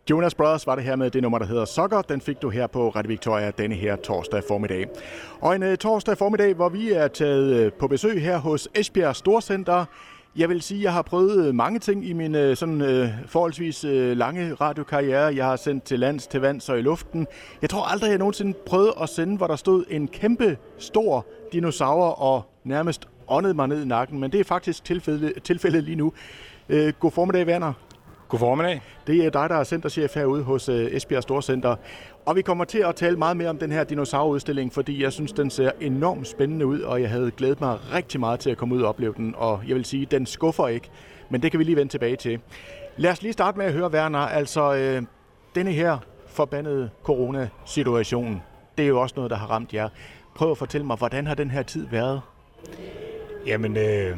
Jonas Brothers var det her med det nummer, der hedder Sucker. Den fik du her på Radio Victoria denne her torsdag formiddag. Og en torsdag formiddag, hvor vi er taget på besøg her hos Esbjerg Storcenter. Jeg vil sige, at jeg har prøvet mange ting i min forholdsvis lange radiokarriere. Jeg har sendt til lands, til vands og i luften. Jeg tror aldrig, jeg nogensinde prøvede at sende, hvor der stod en kæmpe, stor dinosaur og nærmest åndede mig ned i nakken. Men det er faktisk tilfældet lige nu. God formiddag, Werner. God formiddag. Det er dig, der er centerchef herude hos Esbjerg Storcenter. Og vi kommer til at tale meget mere om den her dinosaurudstilling, fordi jeg synes, den ser enormt spændende ud, og jeg havde glædet mig rigtig meget til at komme ud og opleve den. Og jeg vil sige, den skuffer ikke, men det kan vi lige vende tilbage til. Lad os lige starte med at høre, Werner. Altså, denne her forbandede coronasituation, det er jo også noget, der har ramt jer. Prøv at fortælle mig, hvordan har den her tid været? Jamen,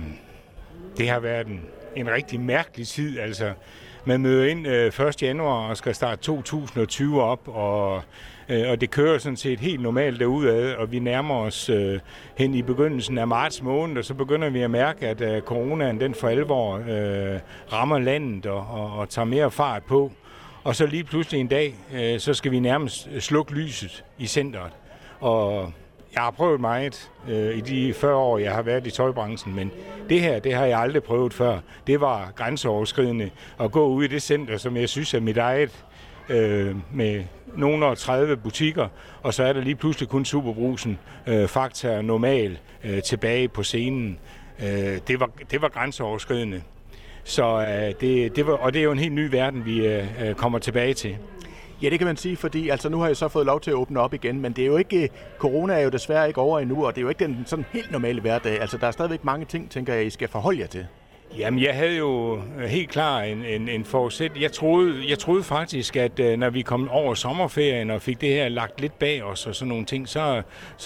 det har været en rigtig mærkelig tid, altså. Man møder ind 1. januar og skal starte 2020 op, og det kører sådan set helt normalt derudad, og vi nærmer os hen i begyndelsen af marts måned, og så begynder vi at mærke, at coronaen den for alvor rammer landet og tager mere fart på. Og så lige pludselig en dag, så skal vi nærmest slukke lyset i centret. Og jeg har prøvet meget i de 40 år, jeg har været i tøjbranchen, men det her, det har jeg aldrig prøvet før. Det var grænseoverskridende at gå ud i det center, som jeg synes er mit eget, med nogle 30 butikker, og så er der lige pludselig kun Superbrugsen, Fakta Normal tilbage på scenen. Det var grænseoverskridende. Så det er jo en helt ny verden, vi kommer tilbage til. Ja, det kan man sige, fordi altså, nu har jeg så fået lov til at åbne op igen, men det er jo ikke, corona er jo desværre ikke over endnu, og det er jo ikke den sådan helt normale hverdag. Altså, der er stadigvæk mange ting, tænker jeg, I skal forholde jer til. Jamen, jeg havde jo helt klar en forudsætning. Jeg troede faktisk, at når vi kom over sommerferien og fik det her lagt lidt bag os og sådan nogle ting, så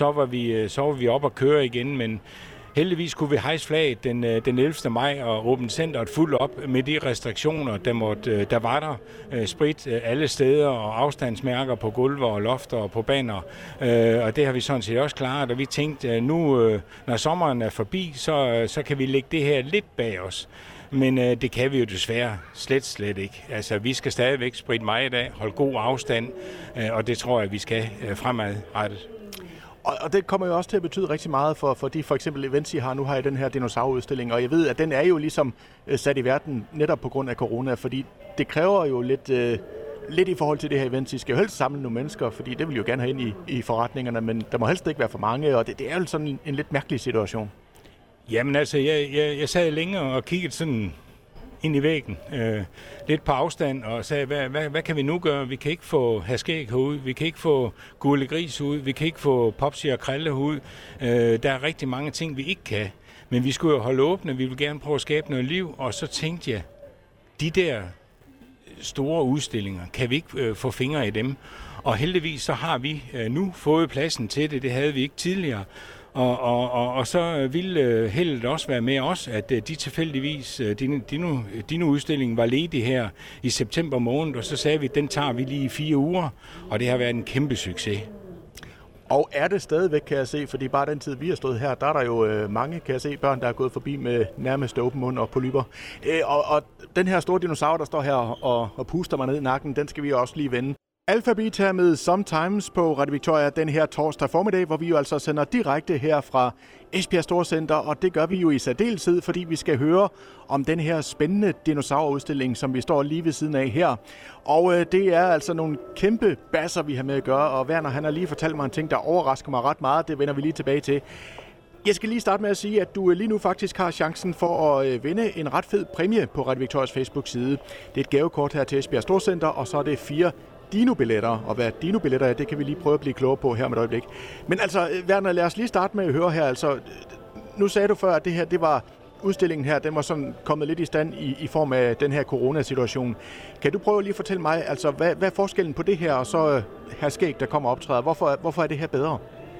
var vi op og køre igen, men heldigvis kunne vi hejse flaget den 11. maj og åbne centret fuldt op med de restriktioner, der var der. Sprit alle steder og afstandsmærker på gulve og lofter og på baner. Og det har vi sådan set også klaret, og vi tænkte, nu når sommeren er forbi, så kan vi lægge det her lidt bag os. Men det kan vi jo desværre slet ikke. Altså, vi skal stadigvæk spritte meget af, holde god afstand, og det tror jeg, vi skal fremadrettet. Og det kommer jo også til at betyde rigtig meget for de for eksempel events, I har nu her i den her dinosaurudstilling. Og jeg ved, at den er jo ligesom sat i verden netop på grund af corona, fordi det kræver jo lidt i forhold til det her event. I skal jo helst samle nogle mennesker, fordi det vil jo gerne have ind i forretningerne, men der må helst ikke være for mange, og det er jo sådan en lidt mærkelig situation. Jamen altså, jeg sad længe og kiggede sådan ind i væggen, lidt på afstand, og sagde, hvad kan vi nu gøre? Vi kan ikke få haskæg herude, vi kan ikke få gule gris ud, vi kan ikke få popsi og krille herude. Der er rigtig mange ting, vi ikke kan, men vi skulle jo holde åbne, vi vil gerne prøve at skabe noget liv, og så tænkte jeg, de der store udstillinger, kan vi ikke få fingre i dem? Og heldigvis så har vi nu fået pladsen til det havde vi ikke tidligere. Og så ville heldet også være med os, at de tilfældigvis, Dino-udstillingen var ledig her i september måned, og så sagde vi, at den tager vi lige i 4 uger, og det har været en kæmpe succes. Og er det stadigvæk, kan jeg se, fordi bare den tid, vi har stået her, der er der jo mange, kan jeg se, børn, der er gået forbi med nærmest åben mund og polypper. Og den her store dinosaur, der står her og puster mig ned i nakken, den skal vi også lige vende. Alphabet her med Sometimes på Radio Victoria den her torsdag formiddag, hvor vi jo altså sender direkte her fra Esbjerg Storcenter, og det gør vi jo i særdeleshed, fordi vi skal høre om den her spændende dinosaurudstilling, som vi står lige ved siden af her. Og det er altså nogle kæmpe basser, vi har med at gøre, og Werner, han har lige fortalt mig en ting, der overrasker mig ret meget. Det vender vi lige tilbage til. Jeg skal lige starte med at sige, at du lige nu faktisk har chancen for at vinde en ret fed præmie på Radio Victorias Facebook-side. Det er et gavekort her til Esbjerg Storcenter, og så er det 4 Dino-billetter, og hvad Dino-billetter er, det kan vi lige prøve at blive klogere på her med et øjeblik. Men altså, Werner, lad os lige starte med at høre her. Altså, nu sagde du før, at det her, det var udstillingen her, den var sådan kommet lidt i stand i form af den her coronasituation. Kan du prøve lige at fortælle mig, altså, hvad er forskellen på det her, og så haskæg, der kommer og optræder? Hvorfor er det her bedre?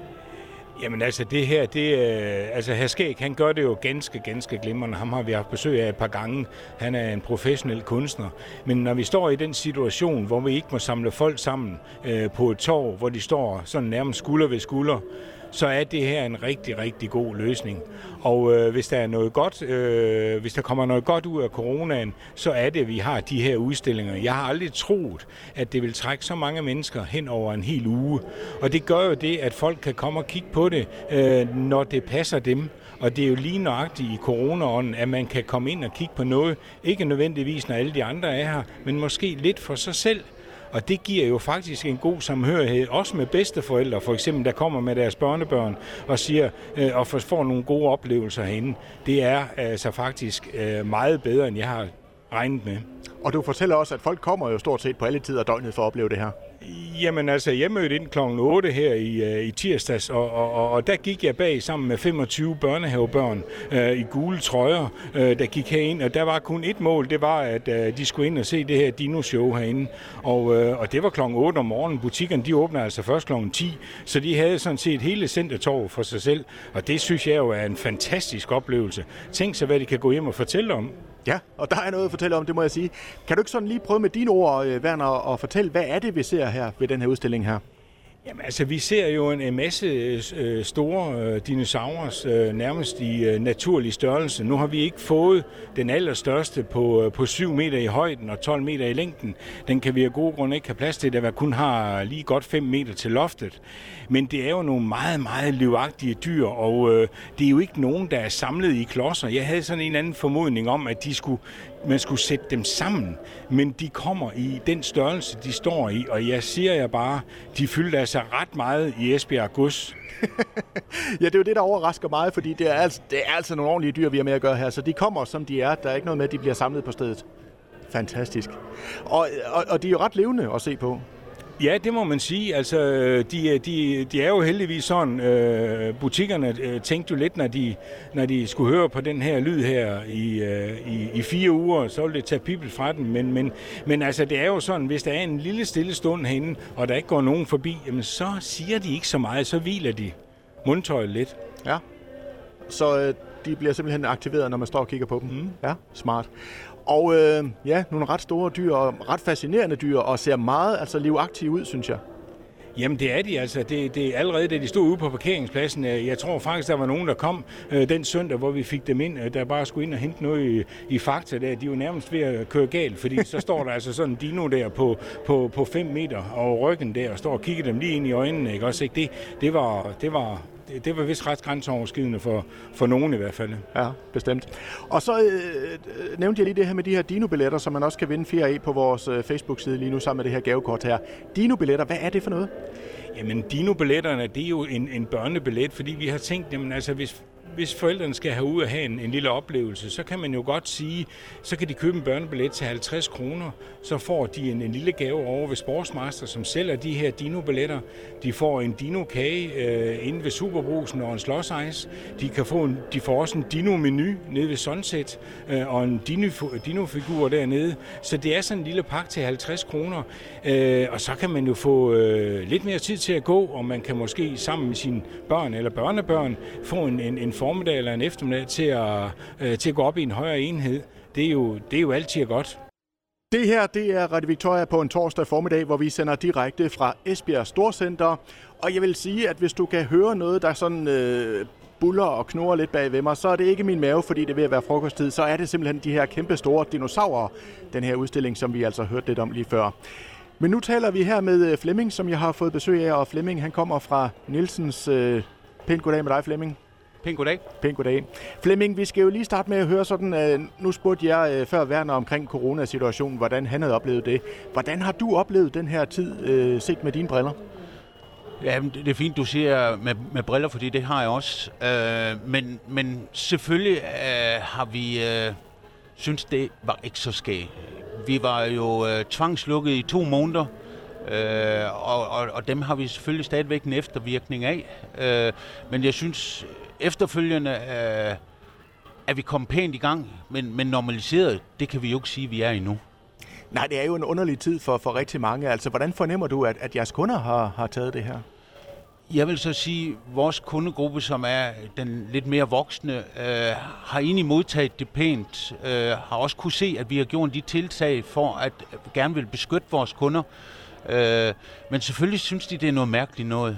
Jamen altså det her, altså Haskæg, han gør det jo ganske glimrende. Ham har vi haft besøg af et par gange. Han er en professionel kunstner. Men når vi står i den situation, hvor vi ikke må samle folk sammen på et torv, hvor de står sådan nærmest skulder ved skulder, så er det her en rigtig, rigtig god løsning. Og hvis der er noget godt, hvis der kommer noget godt ud af coronaen, så er det, at vi har de her udstillinger. Jeg har aldrig troet, at det vil trække så mange mennesker hen over en hel uge. Og det gør jo det, at folk kan komme og kigge på det, når det passer dem. Og det er jo lige nøjagtigt i coronaånden, at man kan komme ind og kigge på noget, ikke nødvendigvis når alle de andre er her, men måske lidt for sig selv. Og det giver jo faktisk en god samhørighed, også med bedsteforældre, for eksempel, der kommer med deres børnebørn og siger, og får nogle gode oplevelser herinde. Det er altså faktisk meget bedre, end jeg har regnet med. Og du fortæller også, at folk kommer jo stort set på alle tider af døgnet for at opleve det her. Jamen altså, jeg mødte ind kl. 8 her i tirsdags, og der gik jeg bag sammen med 25 børnehavebørn i gule trøjer, der gik herind, og der var kun et mål, det var, at de skulle ind og se det her dino-show herinde. Og det var kl. 8 om morgenen. Butikkerne, de åbner altså først kl. 10, så de havde sådan set hele Centertorv for sig selv, og det synes jeg jo er en fantastisk oplevelse. Tænk så, hvad de kan gå hjem og fortælle om. Ja, og der er noget at fortælle om, det må jeg sige. Kan du ikke sådan lige prøve med dine ord, Werner, og fortælle, hvad er det, vi ser her ved den her udstilling her? Jamen altså, vi ser jo en masse store dinosaurer nærmest i naturlig størrelse. Nu har vi ikke fået den allerstørste på 7 meter i højden og 12 meter i længden. Den kan vi af gode grunde ikke have plads til, da vi kun har lige godt 5 meter til loftet. Men det er jo nogle meget, meget livagtige dyr, og det er jo ikke nogen, der er samlet i klodser. Jeg havde sådan en eller anden formodning om, at man skulle sætte dem sammen, men de kommer i den størrelse, de står i, og jeg siger jer bare, de fyldte altså ret meget i Esbjerg Gods. Ja, det er jo det, der overrasker mig, fordi det er altså nogle ordentlige dyr, vi har med at gøre her, så de kommer, som de er. Der er ikke noget med, at de bliver samlet på stedet. Fantastisk. Og de er jo ret levende at se på. Ja, det må man sige. Altså, de er jo heldigvis sådan. Butikkerne tænkte jo lidt, når de skulle høre på den her lyd her i 4 uger, så ville det tage pibel fra den. Men altså, det er jo sådan, hvis der er en lille stille stund herinde, og der ikke går nogen forbi, jamen, så siger de ikke så meget, så hviler de mundtøjet lidt. Ja, så de bliver simpelthen aktiveret, når man står og kigger på dem. Mm. Ja, smart. Og nogle ret store dyr og ret fascinerende dyr, og ser meget livagtige ud, synes jeg. Jamen det er de altså. Det er allerede, da de stod ude på parkeringspladsen. Jeg tror faktisk, der var nogen, der kom den søndag, hvor vi fik dem ind, der bare skulle ind og hente noget i Fakta der. De er jo nærmest ved at køre galt, fordi så står der altså sådan en dino der på 5 meter over ryggen der, og står og kigger dem lige ind i øjnene, ikke også? Ikke? Det var vist ret grænseoverskridende for nogen i hvert fald. Ja, bestemt. Og så nævnte jeg lige det her med de her dino-billetter, som man også kan vinde 4 af på vores Facebook-side lige nu sammen med det her gavekort her. Dino-billetter, hvad er det for noget? Jamen, dino-billetterne, det er jo en børnebillet, fordi vi har tænkt, jamen altså, hvis forældrene skal have ud og have en lille oplevelse, så kan man jo godt sige, så kan de købe en børnebillet til 50 kroner, så får de en lille gave over ved Sportsmaster, som sælger de her dino-billetter. De får en dino-kage inde ved Superbrugsen og en slåsejs. De får også en dino-menu nede ved Sunset og en dino-figur dernede. Så det er sådan en lille pakke til 50 kroner. Og så kan man jo få lidt mere tid til at gå, og man kan måske sammen med sine børn eller børnebørn få en formiddag eller en eftermiddag til at gå op i en højere enhed. Det er jo altid godt. Det her, det er Radio Victoria på en torsdag formiddag, hvor vi sender direkte fra Esbjerg Storcenter. Og jeg vil sige, at hvis du kan høre noget, der sådan buller og knurrer lidt bag ved mig, så er det ikke min mave, fordi det er ved at være frokosttid. Så er det simpelthen de her kæmpe store dinosaurer, den her udstilling, som vi altså hørte lidt om lige før. Men nu taler vi her med Flemming, som jeg har fået besøg af, og Flemming, han kommer fra Nielsens. Pænt goddag med dig, Flemming. Pænt goddag. Pænt goddag. Flemming, vi skal jo lige starte med at høre sådan, nu spurgte jeg før Werner omkring coronasituationen, hvordan han havde oplevet det. Hvordan har du oplevet den her tid, set med dine briller? Ja, det er fint, du siger med briller, fordi det har jeg også. Men selvfølgelig har vi synes det var ikke så skægt. Vi var jo tvangslukket i 2 måneder, og dem har vi selvfølgelig stadigvæk en eftervirkning af. Men jeg synes efterfølgende er vi kommet pænt i gang, men normaliseret, det kan vi jo ikke sige, vi er endnu. Nej, det er jo en underlig tid for rigtig mange. Altså, hvordan fornemmer du, at jeres kunder har taget det her? Jeg vil så sige, at vores kundegruppe, som er den lidt mere voksne, har egentlig modtaget det pænt. Har også kunne se, at vi har gjort de tiltag for at gerne vil beskytte vores kunder. Men selvfølgelig synes de, det er noget mærkeligt noget.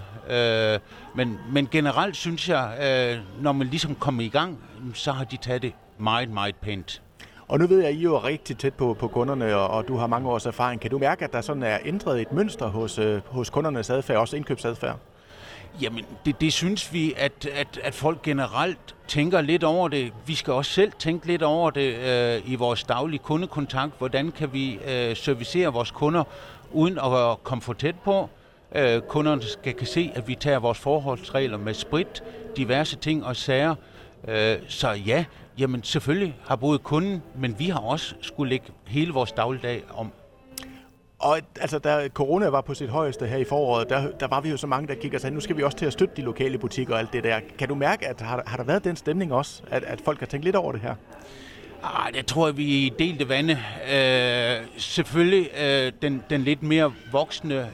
Men generelt synes jeg, når man ligesom kommer i gang, så har de taget det meget, meget pænt. Og nu ved jeg, at I er jo rigtig tæt på kunderne, og du har mange års erfaring. Kan du mærke, at der sådan er ændret et mønster hos kundernes adfærd, også indkøbsadfærd? Jamen, det synes vi, at folk generelt tænker lidt over det. Vi skal også selv tænke lidt over det i vores daglige kundekontakt. Hvordan kan vi servicere vores kunder uden at komme for tæt på? Kunderne kan se, at vi tager vores forholdsregler med sprit, diverse ting og sager. Så ja, jamen selvfølgelig har både kunden, men vi har også skulle lægge hele vores dagligdag om. Og altså, da corona var på sit højeste her i foråret, der var vi jo så mange, der kiggede og sagde, nu skal vi også til at støtte de lokale butikker og alt det der. Kan du mærke, at har der været den stemning også, at folk har tænkt lidt over det her? Det tror jeg, vi i delte vande. Selvfølgelig den lidt mere voksne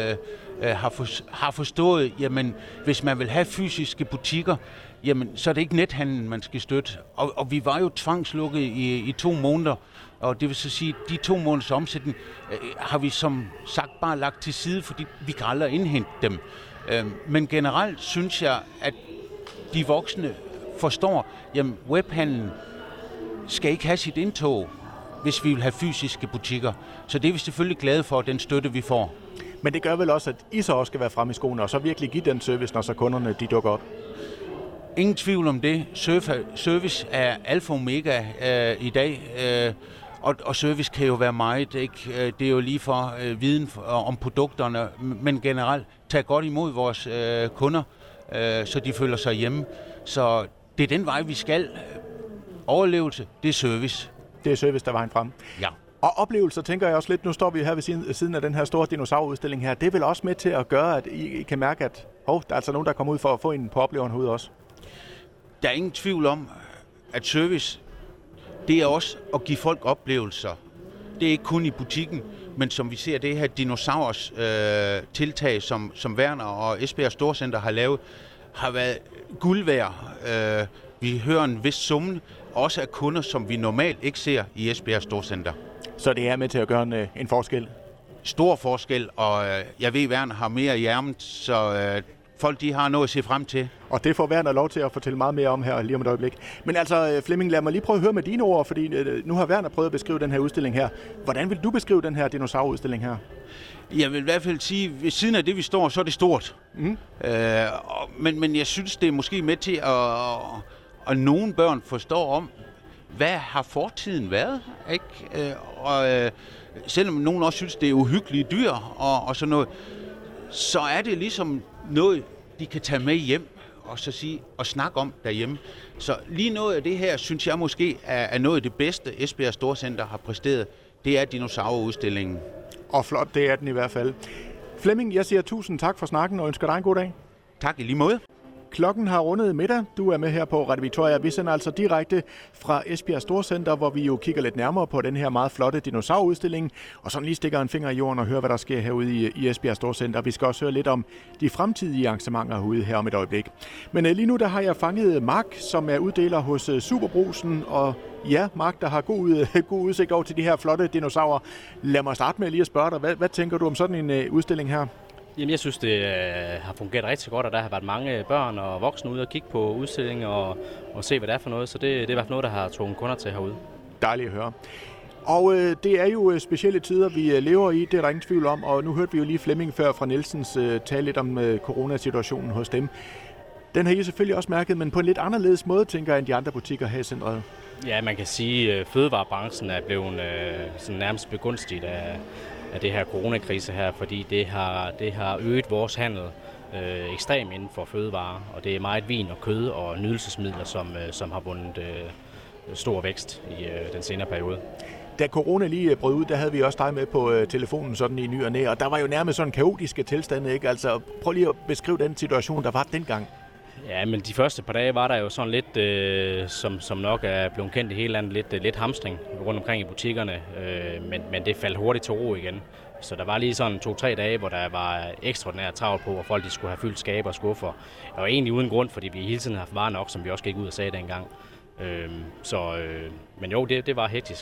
har forstået, jamen hvis man vil have fysiske butikker, jamen så er det ikke nethandlen, man skal støtte. Og vi var jo tvangslukket i 2 måneder, og det vil så sige, at de 2 måneders omsætning har vi som sagt bare lagt til side, fordi vi kan aldrig indhente dem. Men generelt synes jeg, at de voksne forstår, jamen webhandlen skal ikke have sit indtog, hvis vi vil have fysiske butikker. Så det er vi selvfølgelig glade for, den støtte vi får. Men det gør vel også, at I så også skal være fremme i skoene, og så virkelig give den service, når så kunderne de dukker op? Ingen tvivl om det. Service er alfa og omega i dag, og service kan jo være meget. Ikke? Det er jo lige for viden om produkterne, men generelt tage godt imod vores kunder, så de føler sig hjemme. Så det er den vej, vi skal. Overlevelse, det er service. Det er service, der er vejen frem. Ja. Og oplevelser, tænker jeg også lidt, nu står vi her ved siden af den her store dinosaurudstilling her, det er vel også med til at gøre, at I kan mærke, at der er altså nogen, der kommer ud for at få en på opleveren herude også. Der er ingen tvivl om, at service, det er også at give folk oplevelser. Det er ikke kun i butikken, men som vi ser det her dinosaurs tiltag, som Werner og Esbjerg Storcenter har lavet, har været guld værd. Vi hører en vis summen, også af kunder, som vi normalt ikke ser i Esbjerg Storcenter. Så det er med til at gøre en forskel? Stor forskel, og jeg ved, at Werner har mere i ærmet, så folk de har noget at se frem til. Og det får Werner lov til at fortælle meget mere om her lige om et øjeblik. Men altså, Flemming, lad mig lige prøve at høre med dine ord, fordi nu har Werner prøvet at beskrive den her udstilling her. Hvordan vil du beskrive den her dinosaurudstilling her? Jeg vil i hvert fald sige, at ved siden af det, vi står, så er det stort. Men jeg synes, det er måske med til at nogle børn forstår om, hvad har fortiden været, ikke? Selvom nogen også synes, det er uhyggelige dyr og sådan noget, så er det ligesom noget, de kan tage med hjem og så sige og snakke om derhjemme. Så lige noget af det her, synes jeg måske er noget af det bedste, Esbjerg Storcenter har præsteret. Det er dinosaurudstillingen. Og flot, det er den i hvert fald. Flemming, jeg siger tusind tak for snakken og ønsker dig en god dag. Tak i lige måde. Klokken har rundet middag. Du er med her på Radio Victoria. Vi sender altså direkte fra Esbjerg Storcenter, hvor vi jo kigger lidt nærmere på den her meget flotte dinosaurudstilling, og sådan lige stikker en finger i jorden og hører, hvad der sker herude i Esbjerg Storcenter. Vi skal også høre lidt om de fremtidige arrangementer herude her om et øjeblik. Men lige nu der har jeg fanget Mark, som er uddeler hos Superbrugsen, og ja, Mark, der har god udsigt over til de her flotte dinosaurer. Lad mig starte med lige at spørge dig, hvad tænker du om sådan en udstilling her? Jamen, jeg synes, det har fungeret rigtig godt, og der har været mange børn og voksne ude og kigge på udstillingen og se, hvad det er for noget. Så det er i hvert fald noget, der har trukket kunder til herude. Dejligt at høre. Og det er jo specielle tider, vi lever i, det er der ingen tvivl om. Og nu hørte vi jo lige Flemming før fra Nielsens tale lidt om coronasituationen hos dem. Den har I selvfølgelig også mærket, men på en lidt anderledes måde, tænker jeg, end de andre butikker her i centret. Ja, man kan sige, at fødevarebranchen er blevet sådan nærmest begunstiget af det her coronakrise her, fordi det har øget vores handel ekstremt inden for fødevarer, og det er meget vin og kød og nydelsesmidler, som har vundet stor vækst i den senere periode. Da corona lige brød ud, der havde vi også dig med på telefonen sådan i ny og næ, og der var jo nærmest sådan kaotiske tilstande, ikke? Altså prøv lige at beskrive den situation, der var dengang. Ja, men de første par dage var der jo sådan lidt, som nok er blevet kendt i hele landet, lidt hamstring rundt omkring i butikkerne, men det faldt hurtigt til ro igen. Så der var lige sådan 2-3 dage, hvor der var ekstraordinært travlt på, hvor folk de skulle have fyldt skabe og skuffer. Og egentlig uden grund, fordi vi hele tiden har haft varer nok, som vi også gik ud og sagde dengang. Men jo, det var hektisk.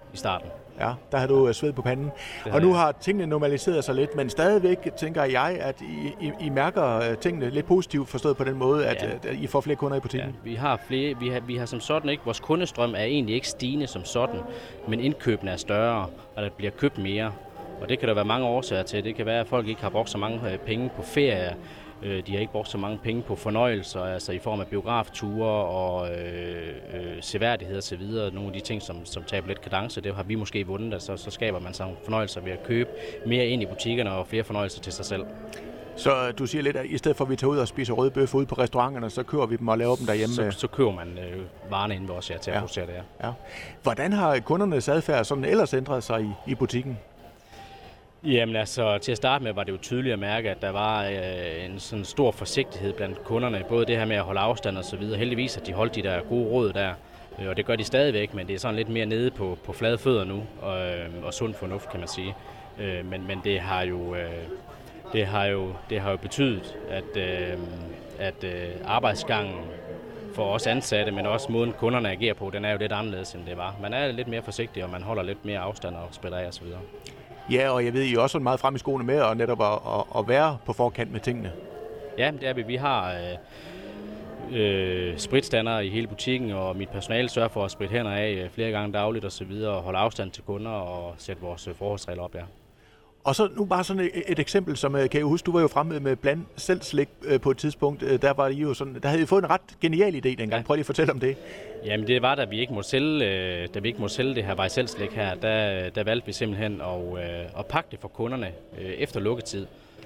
i starten. Ja, der har du sved på panden. Og nu har tingene normaliseret sig lidt, men stadigvæk tænker jeg, at I mærker tingene lidt positivt forstået på den måde, at I får flere kunder i butikken. Ja, vi har som sådan ikke, vores kundestrøm er egentlig ikke stigende som sådan, men indkøbene er større, og der bliver købt mere. Og det kan der være mange årsager til. Det kan være, at folk ikke har brugt så mange penge på ferie. De har ikke brugt så mange penge på fornøjelser, altså i form af biografture og seværdighed og så videre. Nogle af de ting, som taber lidt kadence, det har vi måske vundet, altså så skaber man sådan fornøjelser ved at købe mere ind i butikkerne og flere fornøjelser til sig selv. Så du siger lidt, at i stedet for at vi tager ud og spiser røde bøffer ude på restauranterne, så køber vi dem og laver dem derhjemme? Så køber man varerne inde ved os til at producere det her. Ja. Hvordan har kundernes adfærd sådan ellers ændret sig i butikken? Jamen altså, til at starte med var det jo tydeligt at mærke, at der var en sådan stor forsigtighed blandt kunderne. Både det her med at holde afstand og så videre. Heldigvis at de holdt de der gode råd der. Og det gør de stadigvæk, men det er sådan lidt mere nede på flade fødder nu. Og sund fornuft, kan man sige. Men det har jo betydet, at arbejdsgangen for os ansatte, men også måden kunderne agerer på, den er jo lidt anderledes, end det var. Man er lidt mere forsigtig, og man holder lidt mere afstand og spiller af og så videre. Ja, og jeg ved, I er også meget frem i skoene med at netop at være på forkant med tingene. Ja, det er vi. Vi har spritstandere i hele butikken, og mit personale sørger for at spritte hænder af flere gange dagligt og så videre, og holde afstand til kunder og sætte vores forholdsregler op, ja. Og så nu bare sådan et eksempel, som kan jeg huske, du var jo fremme med bland selv slik på et tidspunkt. Der var I jo sådan, der havde I fået en ret genial idé dengang. Ja. Prøv lige at fortælle om det. Jamen det var, da vi ikke måtte sælge det her vej selv slik her, der valgte vi simpelthen at pakke det for kunderne efter lukketid.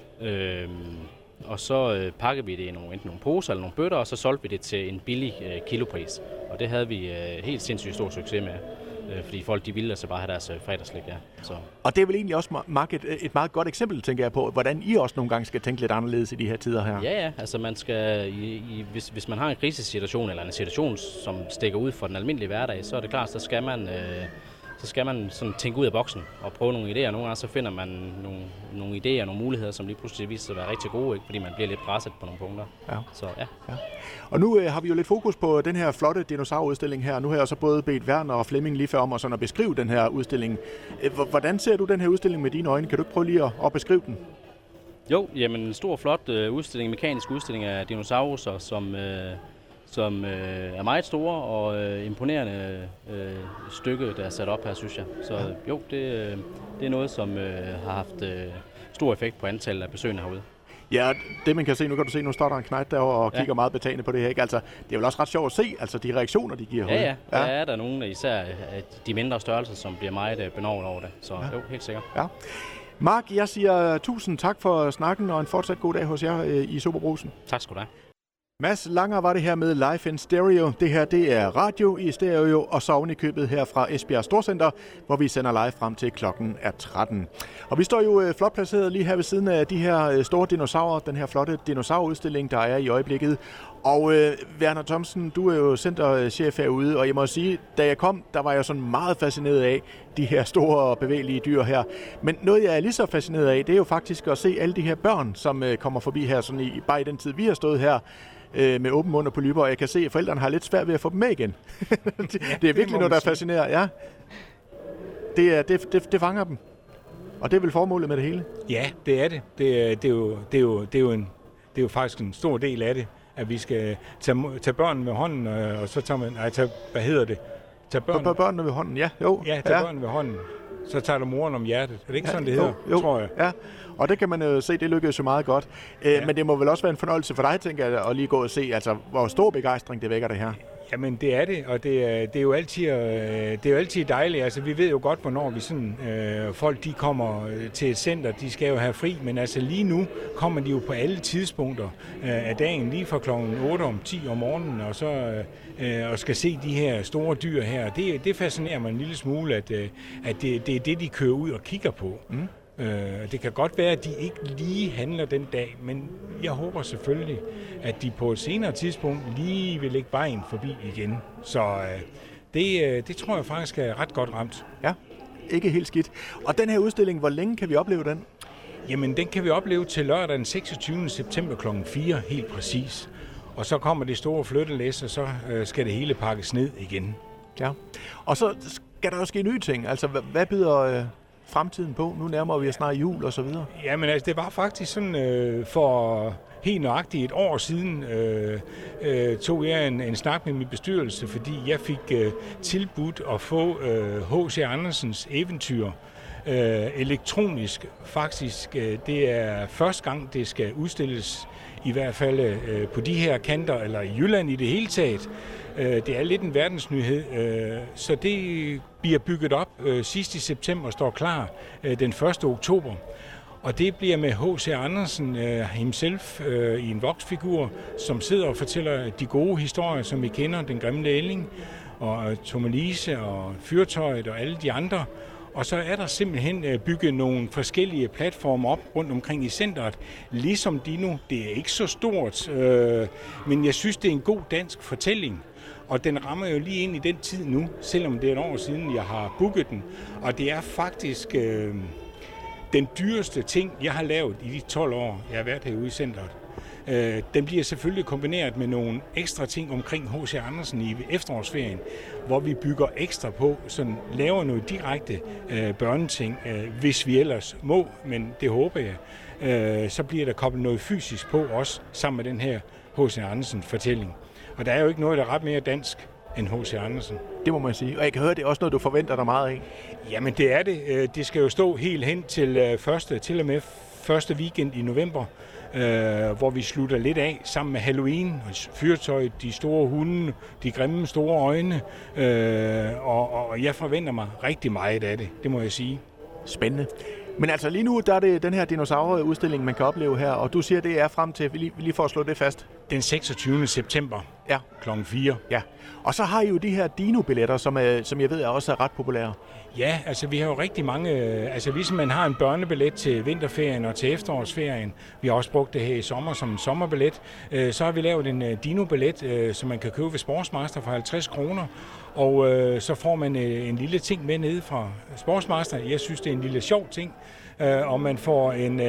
Og så pakkede vi det i enten nogle poser eller nogle bøtter, og så solgte vi det til en billig kilopris. Og det havde vi helt sindssygt stor succes med. Fordi folk de ville altså bare have deres fredagslik, ja. Så. Og det er vel egentlig også, Mark, et meget godt eksempel, tænker jeg på, hvordan I også nogle gange skal tænke lidt anderledes i de her tider her. Ja, altså man skal, hvis man har en krisesituation, eller en situation, som stikker ud for den almindelige hverdag, så er det klart, så skal man sådan tænke ud af boksen og prøve nogle idéer. Nogle gange så finder man nogle idéer, nogle muligheder, som lige pludselig viser sig at være rigtig gode, ikke? Fordi man bliver lidt presset på nogle punkter. Ja. Så, ja. Og nu har vi jo lidt fokus på den her flotte dinosaurudstilling her. Nu har jeg så både bedt Werner og Flemming lige før om at beskrive den her udstilling. Hvordan ser du den her udstilling med dine øjne? Kan du ikke prøve lige at beskrive den? Jo, jamen en stor, flot udstilling, mekanisk udstilling af dinosaurer, som er meget store og imponerende stykke, der er sat op her, synes jeg. Så jo, det er noget, som har haft stor effekt på antallet af besøgende herude. Ja, det man kan se, nu står der en knejt derovre og kigger meget betagende på det her, ikke? Altså, det er vel også ret sjovt at se, altså de reaktioner, de giver herude. Ja, der er der nogle, især de mindre størrelser, som bliver meget benovet over det. Så jo, helt sikkert. Ja. Mark, jeg siger tusind tak for snakken, og en fortsat god dag hos jer i Superbrugsen. Tak skal du have. Mads Langer var det her med Live in Stereo. Det her, det er radio i stereo, og så oven i købet her fra Esbjerg Storcenter, hvor vi sender live frem til klokken er 13. Og vi står jo flot placeret lige her ved siden af de her store dinosaurer, den her flotte dinosaurudstilling, der er i øjeblikket. Og Werner Thomsen, du er jo centerchef herude, og jeg må sige, da jeg kom, der var jeg sådan meget fascineret af de her store bevægelige dyr her. Men noget, jeg er lige så fascineret af, det er jo faktisk at se alle de her børn, som kommer forbi her, sådan bare i den tid, vi har stået her, med åben mund og polypper, og jeg kan se, at forældrene har lidt svært ved at få dem med igen. det er virkelig noget, der fascinerer. Ja. Det fanger dem. Og det er vel formålet med det hele? Ja, det er det. Det er jo faktisk en stor del af det, at vi skal tage børnene ved hånden, og så tager man... Tage børnene ved hånden, ja. Jo. Ja, børnene ved hånden. Så tager du moren om hjertet. Er det ikke sådan, det hedder, tror jeg? Ja, og det kan man jo se, det lykkedes jo meget godt. Men det må vel også være en fornøjelse for dig, tænker jeg, at lige gå og se, altså, hvor stor begejstring det vækker det her. Jamen, det er det, og det er jo altid dejligt. Altså, vi ved jo godt, hvornår vi sådan, folk de kommer til et center, de skal jo have fri, men altså lige nu kommer de jo på alle tidspunkter af dagen, lige fra klokken 8 om 10 om morgenen, og så og skal se de her store dyr her. Det fascinerer mig en lille smule, at det er det, de kører ud og kigger på. Mm. Det kan godt være, at de ikke lige handler den dag, men jeg håber selvfølgelig, at de på et senere tidspunkt lige vil lægge vejen forbi igen. Så det tror jeg faktisk er ret godt ramt. Ja, ikke helt skidt. Og den her udstilling, hvor længe kan vi opleve den? Jamen, den kan vi opleve til lørdag den 26. september kl. 4, helt præcis. Og så kommer det store flyttelæs, og så skal det hele pakkes ned igen. Ja, og så skal der jo ske nye ting? Altså, hvad byder fremtiden på? Nu nærmer vi os snart jul og så videre. Jamen altså, det var faktisk sådan for helt nøjagtigt et år siden tog jeg en snak med min bestyrelse, fordi jeg fik tilbudt at få H.C. Andersens eventyr elektronisk. Faktisk, det er første gang, det skal udstilles, i hvert fald på de her kanter, eller i Jylland i det hele taget. Det er lidt en verdensnyhed, så det bliver bygget op sidst i september og står klar den 1. oktober. Og det bliver med H.C. Andersen himself i en voksfigur, som sidder og fortæller de gode historier, som vi kender, Den grimme ælling, og Tommelise og Fyrtøjet og alle de andre. Og så er der simpelthen bygget nogle forskellige platforme op rundt omkring i centret, ligesom Dino. Det er ikke så stort, men jeg synes, det er en god dansk fortælling. Og den rammer jo lige ind i den tid nu, selvom det er et år siden, jeg har booket den. Og det er faktisk den dyreste ting, jeg har lavet i de 12 år, jeg har været herude i centret. Den bliver selvfølgelig kombineret med nogle ekstra ting omkring H.C. Andersen i efterårsferien, hvor vi bygger ekstra på, sådan laver noget direkte børneting, hvis vi ellers må, men det håber jeg. Så bliver der koblet noget fysisk på også, sammen med den her H.C. Andersen fortælling. Og der er jo ikke noget, der er ret mere dansk end H.C. Andersen. Det må man sige. Og jeg kan høre, det er også noget, du forventer dig meget af. Jamen det er det. Det skal jo stå helt hen til første weekend i november, hvor vi slutter lidt af sammen med Halloween, Fyrtøjet, de store hunde, de grimme store øjne, og jeg forventer mig rigtig meget af det, det må jeg sige. Spændende. Men altså lige nu, der er det den her dinosaurudstilling, man kan opleve her, og du siger, det er frem til, lige for at slå det fast. Den 26. september ja. kl. 4. Ja, og så har I jo de her dino-billetter, som jeg ved er også ret populære. Ja, altså vi har jo rigtig mange, altså ligesom man har en børnebillet til vinterferien og til efterårsferien, vi har også brugt det her i sommer som en sommerbillet, så har vi lavet en dino-billet, som man kan købe ved Sportsmaster for 50 kroner, og så får man en lille ting med nede fra Sportsmaster. Jeg synes, det er en lille sjov ting, og man får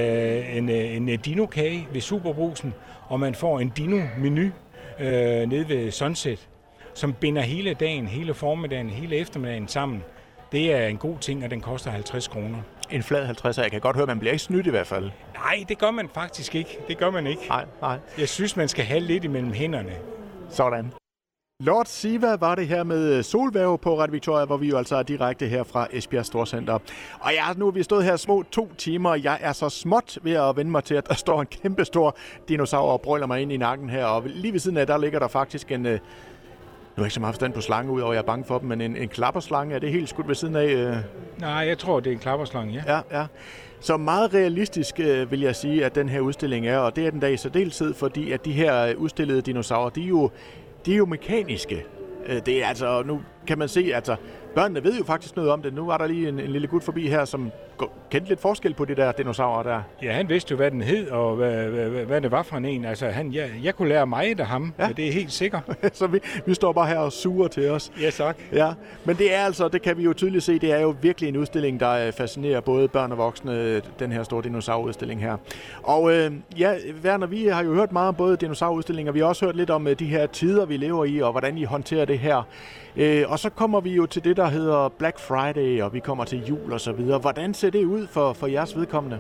en dino-kage ved Superbrugsen, og man får en dino-menu nede ved Sunset, som binder hele dagen, hele formiddagen, hele eftermiddagen sammen. Det er en god ting, og den koster 50 kroner. En flad 50'er. Jeg kan godt høre, at man bliver ikke snydt i hvert fald. Nej, det gør man faktisk ikke. Det gør man ikke. Nej. Jeg synes, man skal have lidt imellem hænderne. Sådan. Lord Siva var det her med Solværge på Radio Victoria, hvor vi jo altså er direkte her fra Esbjerg Storcenter. Og nu har vi stået her små 2 timer, og jeg er så småt ved at vende mig til, at der står en kæmpe stor dinosaur og brøler mig ind i nakken her. Og lige ved siden af, der ligger der faktisk en... Nu er jeg ikke så meget forstand på slange, udover jeg er bange for dem, men en klapperslange, er det helt skudt ved siden af? Nej, jeg tror, det er en klapperslange, ja. Ja. Så meget realistisk vil jeg sige, at den her udstilling er, og det er den dag i særdeleshed, fordi at de her udstillede dinosaurer, de er jo mekaniske. Det er altså, nu kan man se, altså børnene ved jo faktisk noget om det. Nu var der lige en lille gut forbi her, som kendte lidt forskel på de der dinosaurer der. Ja, han vidste jo, hvad den hed, og hvad det var for en. Altså, jeg kunne lære meget af ham, ja. Det er helt sikkert. Så vi står bare her og suger til os. Ja, tak. Ja, men det er altså, det kan vi jo tydeligt se, det er jo virkelig en udstilling, der fascinerer både børn og voksne, den her store dinosaurudstilling her. Og Werner, vi har jo hørt meget om både dinosaurudstillinger, vi har også hørt lidt om de her tider, vi lever i, og hvordan I håndterer det her. Og så kommer vi jo til det, der hedder Black Friday, og vi kommer til jul og så videre. Hvordan ser det ud for jeres vedkommende?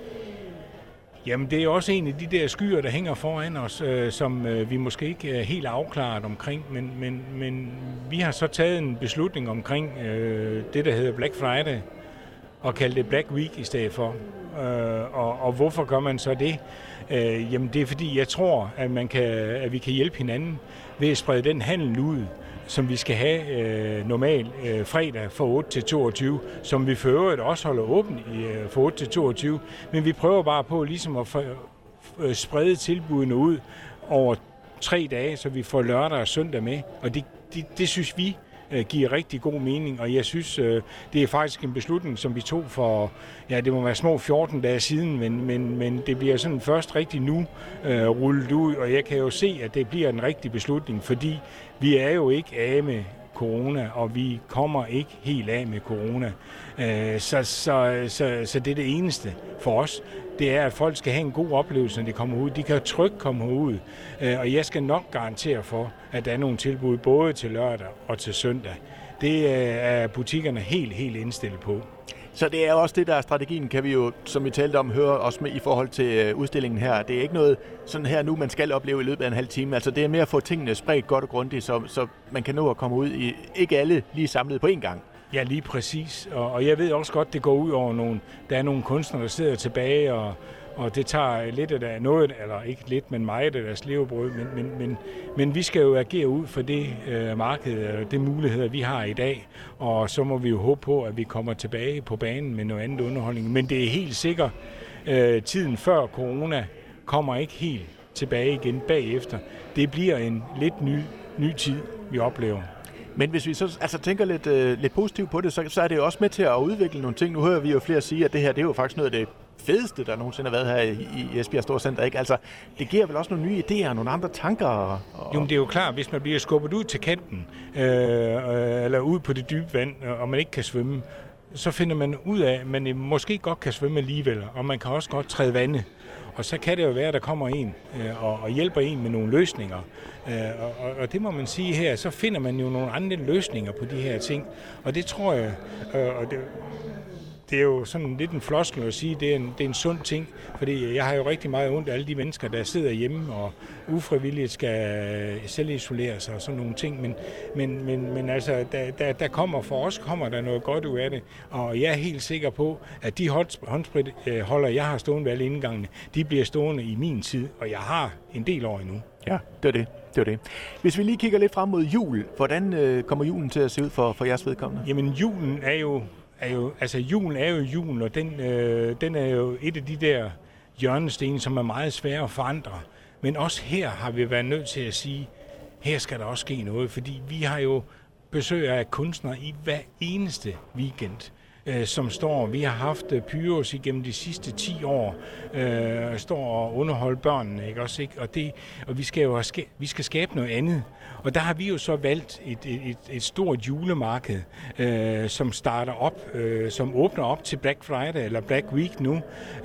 Jamen, det er også en af de der skyer, der hænger foran os, som vi måske ikke er helt afklaret omkring, men vi har så taget en beslutning omkring det, der hedder Black Friday, og kaldt det Black Week i stedet for. Og hvorfor gør man så det? Jamen, det er fordi, jeg tror, at vi kan hjælpe hinanden ved at sprede den handel ud, som vi skal have normalt fredag fra 8 til 22, som vi for øvrigt også holder åbent fra 8 til 22. Men vi prøver bare på ligesom at sprede tilbudene ud over 3 dage, så vi får lørdag og søndag med. Og det synes vi giver rigtig god mening, og jeg synes, det er faktisk en beslutning, som vi tog for, det må være små 14 dage siden, men det bliver sådan først rigtig nu rullet ud, og jeg kan jo se, at det bliver en rigtig beslutning, fordi vi er jo ikke af med corona, og vi kommer ikke helt af med corona. Så det er det eneste for os. Det er, at folk skal have en god oplevelse, når de kommer ud. De kan trygt komme ud, og jeg skal nok garantere for, at der er nogle tilbud både til lørdag og til søndag. det er butikkerne helt indstillet på. Så det er også det, der er strategien, kan vi jo, som vi talte om, høre også med i forhold til udstillingen her. Det er ikke noget sådan her nu, man skal opleve i løbet af en halv time. Altså det er mere at få tingene spredt godt og grundigt, så man kan nå at komme ud i ikke alle lige samlet på én gang. Ja, lige præcis. Og jeg ved også godt, det går ud over der er nogle kunstnere, der sidder tilbage, og det tager lidt af noget, eller ikke lidt, men meget af deres levebrød. Men vi skal jo agere ud for det marked, og det muligheder, vi har i dag. Og så må vi jo håbe på, at vi kommer tilbage på banen med noget andet underholdning. Men det er helt sikkert, tiden før corona kommer ikke helt tilbage igen bagefter. Det bliver en lidt ny tid, vi oplever. Men hvis vi så tænker lidt positivt på det, så er det jo også med til at udvikle nogle ting. Nu hører vi jo flere sige, at det her det er jo faktisk noget af det fedeste, der nogensinde har været her i Esbjerg Storcenter. Ikke? Altså, det giver vel også nogle nye idéer, nogle andre tanker? Jo, men det er jo klart, hvis man bliver skubbet ud til kanten, eller ud på det dybe vand, og man ikke kan svømme, så finder man ud af, at man måske godt kan svømme alligevel, og man kan også godt træde vande. Og så kan det jo være, at der kommer en og hjælper en med nogle løsninger. Og det må man sige her, så finder man jo nogle andre løsninger på de her ting. Og det tror jeg, og det er jo sådan lidt en floskel at sige, det er en sund ting, fordi jeg har jo rigtig meget ondt af alle de mennesker, der sidder hjemme og ufrivilligt skal selvisolere sig og sådan nogle ting, men altså, der kommer der noget godt ud af det, og jeg er helt sikker på, at de håndspritholder, jeg har stående ved alle indgangene, de bliver stående i min tid, og jeg har en del år endnu. Ja, det er det. Hvis vi lige kigger lidt frem mod jul, hvordan kommer julen til at se ud for jeres vedkommende? Jamen, julen er jo julen, og den er jo et af de der hjørnesten, som er meget svære at forandre. Men også her har vi været nødt til at sige, her skal der også ske noget, fordi vi har jo besøg af kunstnere i hver eneste weekend, som står. Vi har haft Pyros igennem de sidste 10 år, står og underholder børnene, ikke også, ikke? Og vi skal skabe noget andet. Og der har vi jo så valgt et stort julemarked, som starter op, som åbner op til Black Friday eller Black Week nu,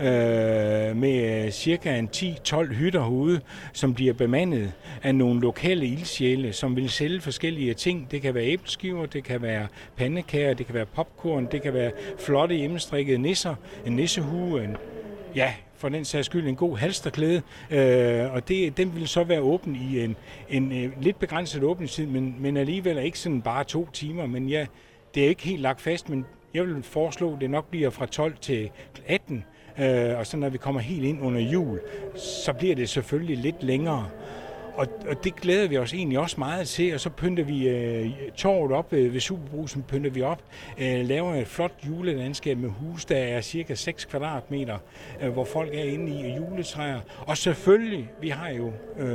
med cirka en 10-12 hytter herude, som bliver bemandet af nogle lokale ildsjæle, som vil sælge forskellige ting. Det kan være æbleskiver, det kan være pandekager, det kan være popcorn, det kan være flotte hjemmestrikkede nisser, en nissehue, for den sags skyld en god halsterklæde, og den vil så være åben i en lidt begrænset åbningstid, men alligevel ikke sådan bare 2 timer, men det er ikke helt lagt fast, men jeg vil foreslå, at det nok bliver fra 12 til 18, og så når vi kommer helt ind under jul, så bliver det selvfølgelig lidt længere. Og det glæder vi os egentlig også meget til, og så pynter vi torvet op ved Superbrugsen, pynter vi op, laver et flot julelandskab med hus, der er cirka 6 kvadratmeter, hvor folk er inde i juletræer. Og selvfølgelig, vi har jo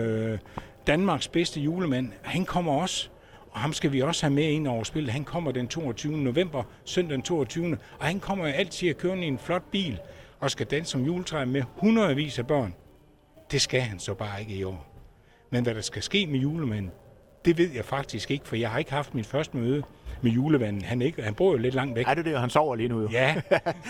Danmarks bedste julemand, han kommer også, og ham skal vi også have med ind over spillet. Han kommer den 22. november, søndag den 22. Og han kommer altid at køre i en flot bil, og skal danse som juletræ med hundredvis af børn. Det skal han så bare ikke i år. Men hvad der skal ske med julemanden, det ved jeg faktisk ikke, for jeg har ikke haft mit første møde med julemanden. Han bor jo lidt langt væk. Nej, det er det, han sover lige nu jo. Ja.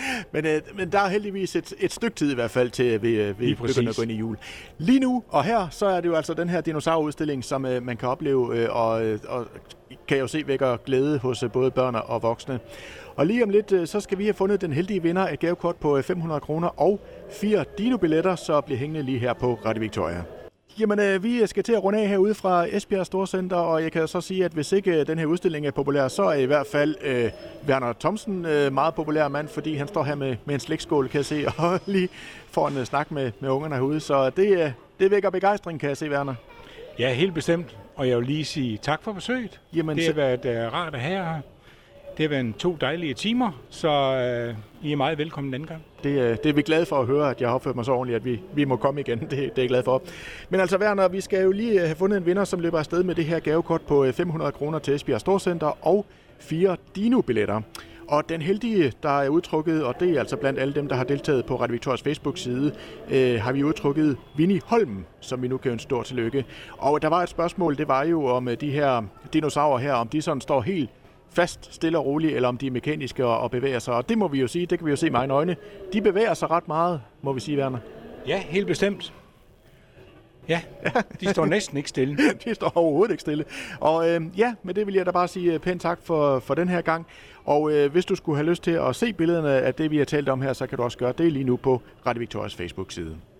men der er heldigvis et stykke tid i hvert fald til, at vi begynder at gå ind i jul. Lige nu og her, så er det jo altså den her dinosaurudstilling, som man kan opleve, og kan jo se vækker glæde hos både børn og voksne. Og lige om lidt, så skal vi have fundet den heldige vinder af gavekort på 500 kroner og 4 Dino-billetter, så bliver hængende lige her på Radio Victoria. Jamen, vi skal til at runde af herude fra Esbjerg Storcenter, og jeg kan så sige, at hvis ikke den her udstilling er populær, så er i hvert fald Werner Thomsen meget populær mand, fordi han står her med en slægtskål, kan jeg se, og lige får en snak med ungerne herude. Så det vækker begejstring, kan jeg se, Werner. Ja, helt bestemt. Og jeg vil lige sige tak for besøget. Jamen, det har været rart at have her. Det har været 2 dejlige timer, så I er meget velkommen den gang. Det er vi glade for at høre, at jeg har opført mig så ordentligt, at vi må komme igen. Det er jeg glad for. Men altså, Werner, vi skal jo lige have fundet en vinder, som løber afsted med det her gavekort på 500 kroner til Esbjerg Storcenter og 4 Dino-billetter. Og den heldige, der er udtrukket, og det er altså blandt alle dem, der har deltaget på Radio Victorias Facebook-side, har vi udtrukket Winnie Holm, som vi nu kan ønske stort tillykke. Og der var et spørgsmål, det var jo om de her dinosaurer her, om de sådan står helt fast, stille og roligt, eller om de er mekaniske og bevæger sig. Og det må vi jo sige, det kan vi jo se med egne øjne. De bevæger sig ret meget, må vi sige, Werner. Ja, helt bestemt. Ja, de står næsten ikke stille. De står overhovedet ikke stille. Og med det vil jeg da bare sige pænt tak for den her gang. Og hvis du skulle have lyst til at se billederne af det, vi har talt om her, så kan du også gøre det lige nu på Radio Victorias Facebook-side.